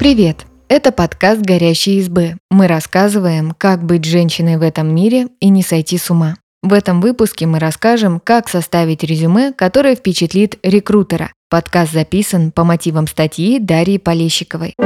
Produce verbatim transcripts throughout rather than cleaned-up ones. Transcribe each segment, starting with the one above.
Привет! Это подкаст «Горящие избы». Мы рассказываем, как быть женщиной в этом мире и не сойти с ума. В этом выпуске мы расскажем, как составить резюме, которое впечатлит рекрутера. Подкаст записан по мотивам статьи Дарьи Полещиковой.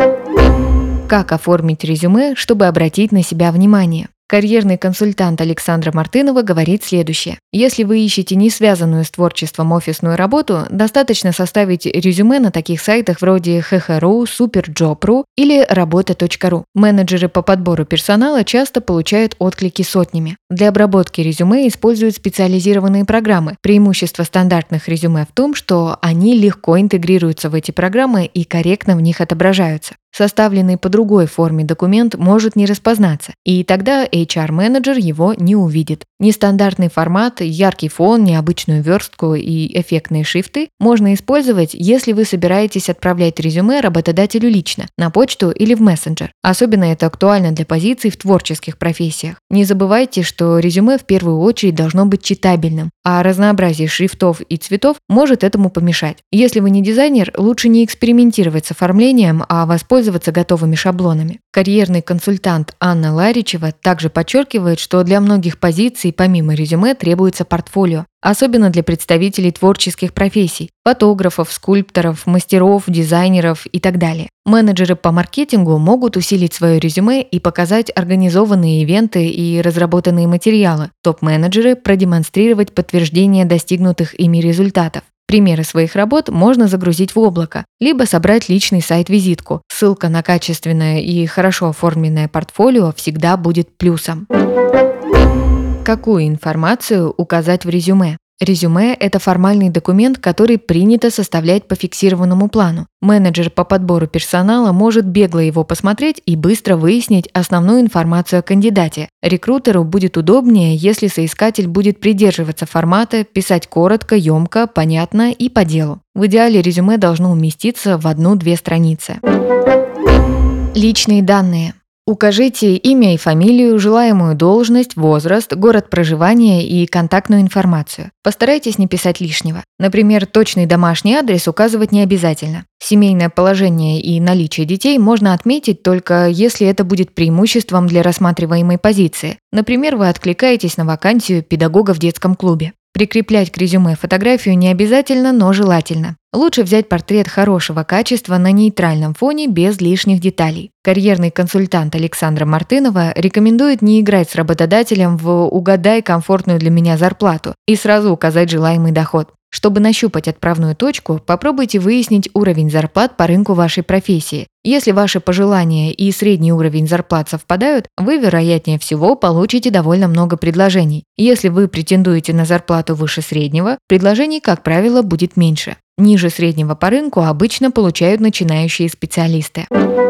Как оформить резюме, чтобы обратить на себя внимание? Карьерный консультант Александра Мартынова говорит следующее. Если вы ищете не связанную с творчеством офисную работу, достаточно составить резюме на таких сайтах вроде эйч эйч точка ру, суперджоп точка ру или работа точка ру. Менеджеры по подбору персонала часто получают отклики сотнями. Для обработки резюме используют специализированные программы. Преимущество стандартных резюме в том, что они легко интегрируются в эти программы и корректно в них отображаются. Составленный по другой форме документ может не распознаться, и тогда эйч ар-менеджер его не увидит. Нестандартный формат, яркий фон, необычную верстку и эффектные шрифты можно использовать, если вы собираетесь отправлять резюме работодателю лично, на почту или в мессенджер. Особенно это актуально для позиций в творческих профессиях. Не забывайте, что резюме в первую очередь должно быть читабельным, а разнообразие шрифтов и цветов может этому помешать. Если вы не дизайнер, лучше не экспериментировать с оформлением, а воспользоваться пользоваться готовыми шаблонами. Карьерный консультант Анна Ларичева также подчеркивает, что для многих позиций помимо резюме требуется портфолио, особенно для представителей творческих профессий – фотографов, скульпторов, мастеров, дизайнеров и так далее. Менеджеры по маркетингу могут усилить свое резюме и показать организованные ивенты и разработанные материалы. Топ-менеджеры – продемонстрировать подтверждение достигнутых ими результатов. Примеры своих работ можно загрузить в облако, либо собрать личный сайт-визитку. Ссылка на качественное и хорошо оформленное портфолио всегда будет плюсом. Какую информацию указать в резюме? Резюме – это формальный документ, который принято составлять по фиксированному плану. Менеджер по подбору персонала может бегло его посмотреть и быстро выяснить основную информацию о кандидате. Рекрутеру будет удобнее, если соискатель будет придерживаться формата, писать коротко, емко, понятно и по делу. В идеале резюме должно уместиться в одну-две страницы. Личные данные. Укажите имя и фамилию, желаемую должность, возраст, город проживания и контактную информацию. Постарайтесь не писать лишнего. Например, точный домашний адрес указывать не обязательно. Семейное положение и наличие детей можно отметить только если это будет преимуществом для рассматриваемой позиции. Например, вы откликаетесь на вакансию педагога в детском клубе. Прикреплять к резюме фотографию не обязательно, но желательно. Лучше взять портрет хорошего качества на нейтральном фоне без лишних деталей. Карьерный консультант Александра Мартынова рекомендует не играть с работодателем в «угадай комфортную для меня зарплату» и сразу указать желаемый доход. Чтобы нащупать отправную точку, попробуйте выяснить уровень зарплат по рынку вашей профессии. Если ваши пожелания и средний уровень зарплат совпадают, вы, вероятнее всего, получите довольно много предложений. Если вы претендуете на зарплату выше среднего, предложений, как правило, будет меньше. Ниже среднего по рынку обычно получают начинающие специалисты.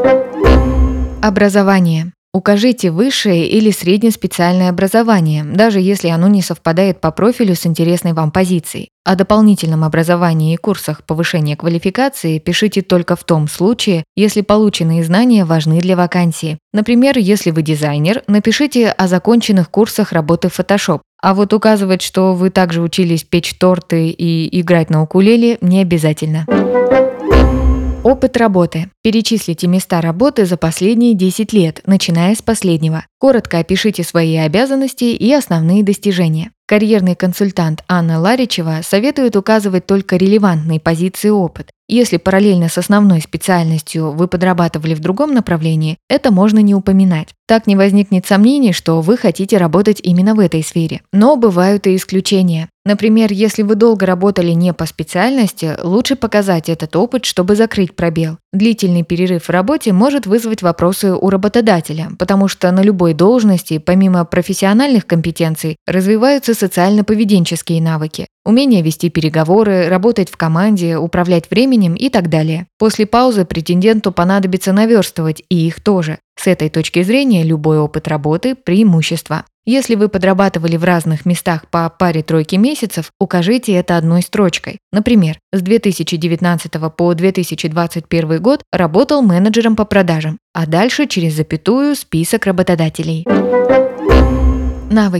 Образование. Укажите высшее или среднеспециальное образование, даже если оно не совпадает по профилю с интересной вам позицией. О дополнительном образовании и курсах повышения квалификации пишите только в том случае, если полученные знания важны для вакансии. Например, если вы дизайнер, напишите о законченных курсах работы в Photoshop. А вот указывать, что вы также учились печь торты и играть на укулеле, не обязательно. Опыт работы. Перечислите места работы за последние десять лет, начиная с последнего. Коротко опишите свои обязанности и основные достижения. Карьерный консультант Анна Ларичева советует указывать только релевантные позиции и опыт. Если параллельно с основной специальностью вы подрабатывали в другом направлении, это можно не упоминать. Так не возникнет сомнений, что вы хотите работать именно в этой сфере. Но бывают и исключения. Например, если вы долго работали не по специальности, лучше показать этот опыт, чтобы закрыть пробел. Длительный перерыв в работе может вызвать вопросы у работодателя, потому что на любой должности, помимо профессиональных компетенций, развиваются социально-поведенческие навыки. Умение вести переговоры, работать в команде, управлять временем и так далее. После паузы претенденту понадобится наверстывать и их тоже. С этой точки зрения любой опыт работы – преимущество. Если вы подрабатывали в разных местах по паре-тройке месяцев, укажите это одной строчкой. Например, с две тысячи девятнадцатого по две тысячи двадцать первый год работал менеджером по продажам, а дальше через запятую список работодателей. Навыки.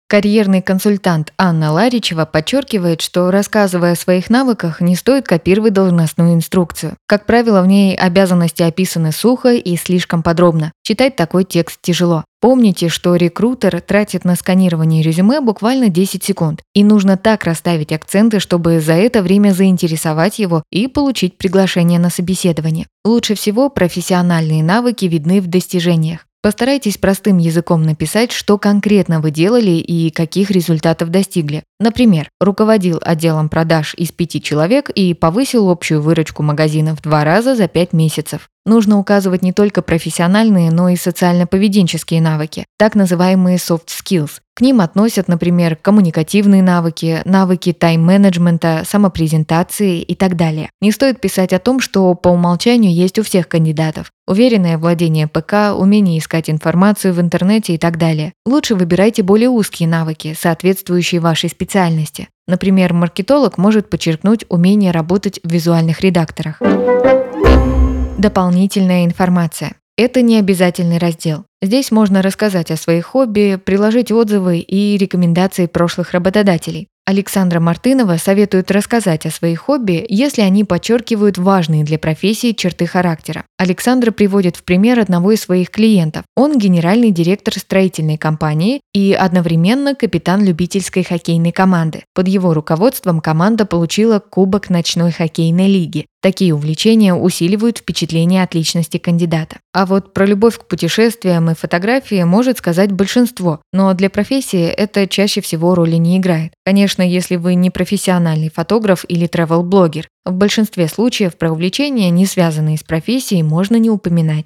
Карьерный консультант Анна Ларичева подчеркивает, что, рассказывая о своих навыках, не стоит копировать должностную инструкцию. Как правило, в ней обязанности описаны сухо и слишком подробно. Читать такой текст тяжело. Помните, что рекрутер тратит на сканирование резюме буквально десять секунд, и нужно так расставить акценты, чтобы за это время заинтересовать его и получить приглашение на собеседование. Лучше всего профессиональные навыки видны в достижениях. Постарайтесь простым языком написать, что конкретно вы делали и каких результатов достигли. Например, руководил отделом продаж из пяти человек и повысил общую выручку магазина в два раза за пять месяцев. Нужно указывать не только профессиональные, но и социально-поведенческие навыки, так называемые soft skills. К ним относят, например, коммуникативные навыки, навыки тайм-менеджмента, самопрезентации и так далее. Не стоит писать о том, что по умолчанию есть у всех кандидатов. Уверенное владение ПК, умение искать информацию в интернете и так далее. Лучше выбирайте более узкие навыки, соответствующие вашей специальности. Например, маркетолог может подчеркнуть умение работать в визуальных редакторах. Дополнительная информация. Это не обязательный раздел. Здесь можно рассказать о своих хобби, приложить отзывы и рекомендации прошлых работодателей. Александра Мартынова советует рассказать о своих хобби, если они подчеркивают важные для профессии черты характера. Александра приводит в пример одного из своих клиентов. Он генеральный директор строительной компании и одновременно капитан любительской хоккейной команды. Под его руководством команда получила Кубок ночной хоккейной лиги. Такие увлечения усиливают впечатление от личности кандидата. А вот про любовь к путешествиям и фотографии может сказать большинство, но для профессии это чаще всего роли не играет. Конечно, если вы не профессиональный фотограф или travel-блогер. В большинстве случаев про увлечения, не связанные с профессией, можно не упоминать.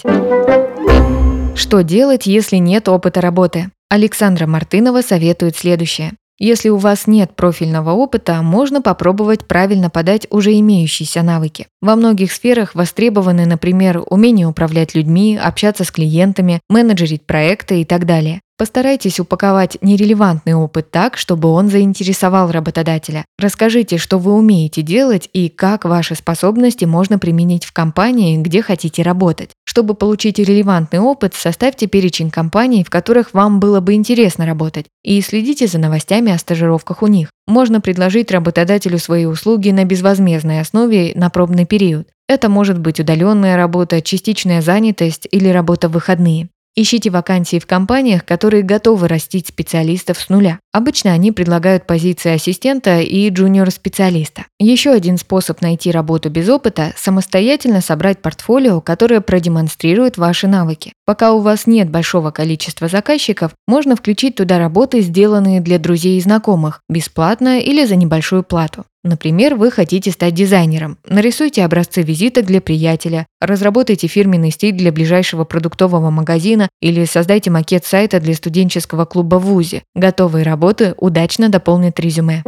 Что делать, если нет опыта работы? Александра Мартынова советует следующее. Если у вас нет профильного опыта, можно попробовать правильно подать уже имеющиеся навыки. Во многих сферах востребованы, например, умение управлять людьми, общаться с клиентами, менеджерить проекты и так далее. Постарайтесь упаковать нерелевантный опыт так, чтобы он заинтересовал работодателя. Расскажите, что вы умеете делать и как ваши способности можно применить в компании, где хотите работать. Чтобы получить релевантный опыт, составьте перечень компаний, в которых вам было бы интересно работать, и следите за новостями о стажировках у них. Можно предложить работодателю свои услуги на безвозмездной основе на пробный период. Это может быть удаленная работа, частичная занятость или работа в выходные. Ищите вакансии в компаниях, которые готовы растить специалистов с нуля. Обычно они предлагают позиции ассистента и джуниор-специалиста. Еще один способ найти работу без опыта – самостоятельно собрать портфолио, которое продемонстрирует ваши навыки. Пока у вас нет большого количества заказчиков, можно включить туда работы, сделанные для друзей и знакомых, бесплатно или за небольшую плату. Например, вы хотите стать дизайнером. Нарисуйте образцы визиток для приятеля, разработайте фирменный стиль для ближайшего продуктового магазина или создайте макет сайта для студенческого клуба в вузе. Готовые работы удачно дополнят резюме.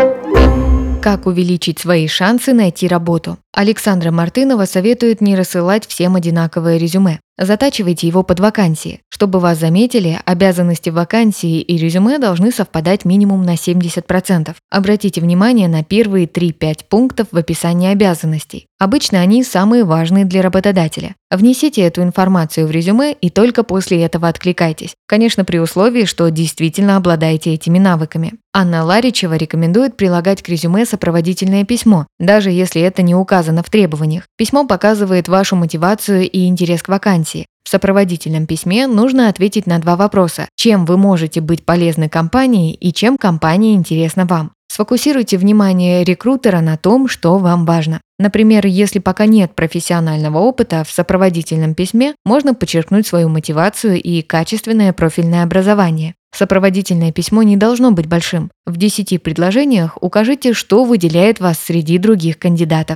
Как увеличить свои шансы найти работу? Александра Мартынова советует не рассылать всем одинаковое резюме. Затачивайте его под вакансии. Чтобы вас заметили, обязанности вакансии и резюме должны совпадать минимум на семьдесят процентов. Обратите внимание на первые три-пять пунктов в описании обязанностей. Обычно они самые важные для работодателя. Внесите эту информацию в резюме и только после этого откликайтесь. Конечно, при условии, что действительно обладаете этими навыками. Анна Ларичева рекомендует прилагать к резюме сопроводительное письмо, даже если это не указано в требованиях. Письмо показывает вашу мотивацию и интерес к вакансии. В сопроводительном письме нужно ответить на два вопроса: чем вы можете быть полезны компании и чем компания интересна вам. Сфокусируйте внимание рекрутера на том, что вам важно. Например, если пока нет профессионального опыта, в сопроводительном письме можно подчеркнуть свою мотивацию и качественное профильное образование. Сопроводительное письмо не должно быть большим. В десяти предложениях укажите, что выделяет вас среди других кандидатов.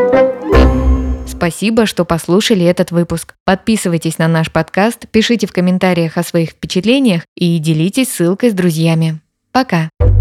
Спасибо, что послушали этот выпуск. Подписывайтесь на наш подкаст, пишите в комментариях о своих впечатлениях и делитесь ссылкой с друзьями. Пока!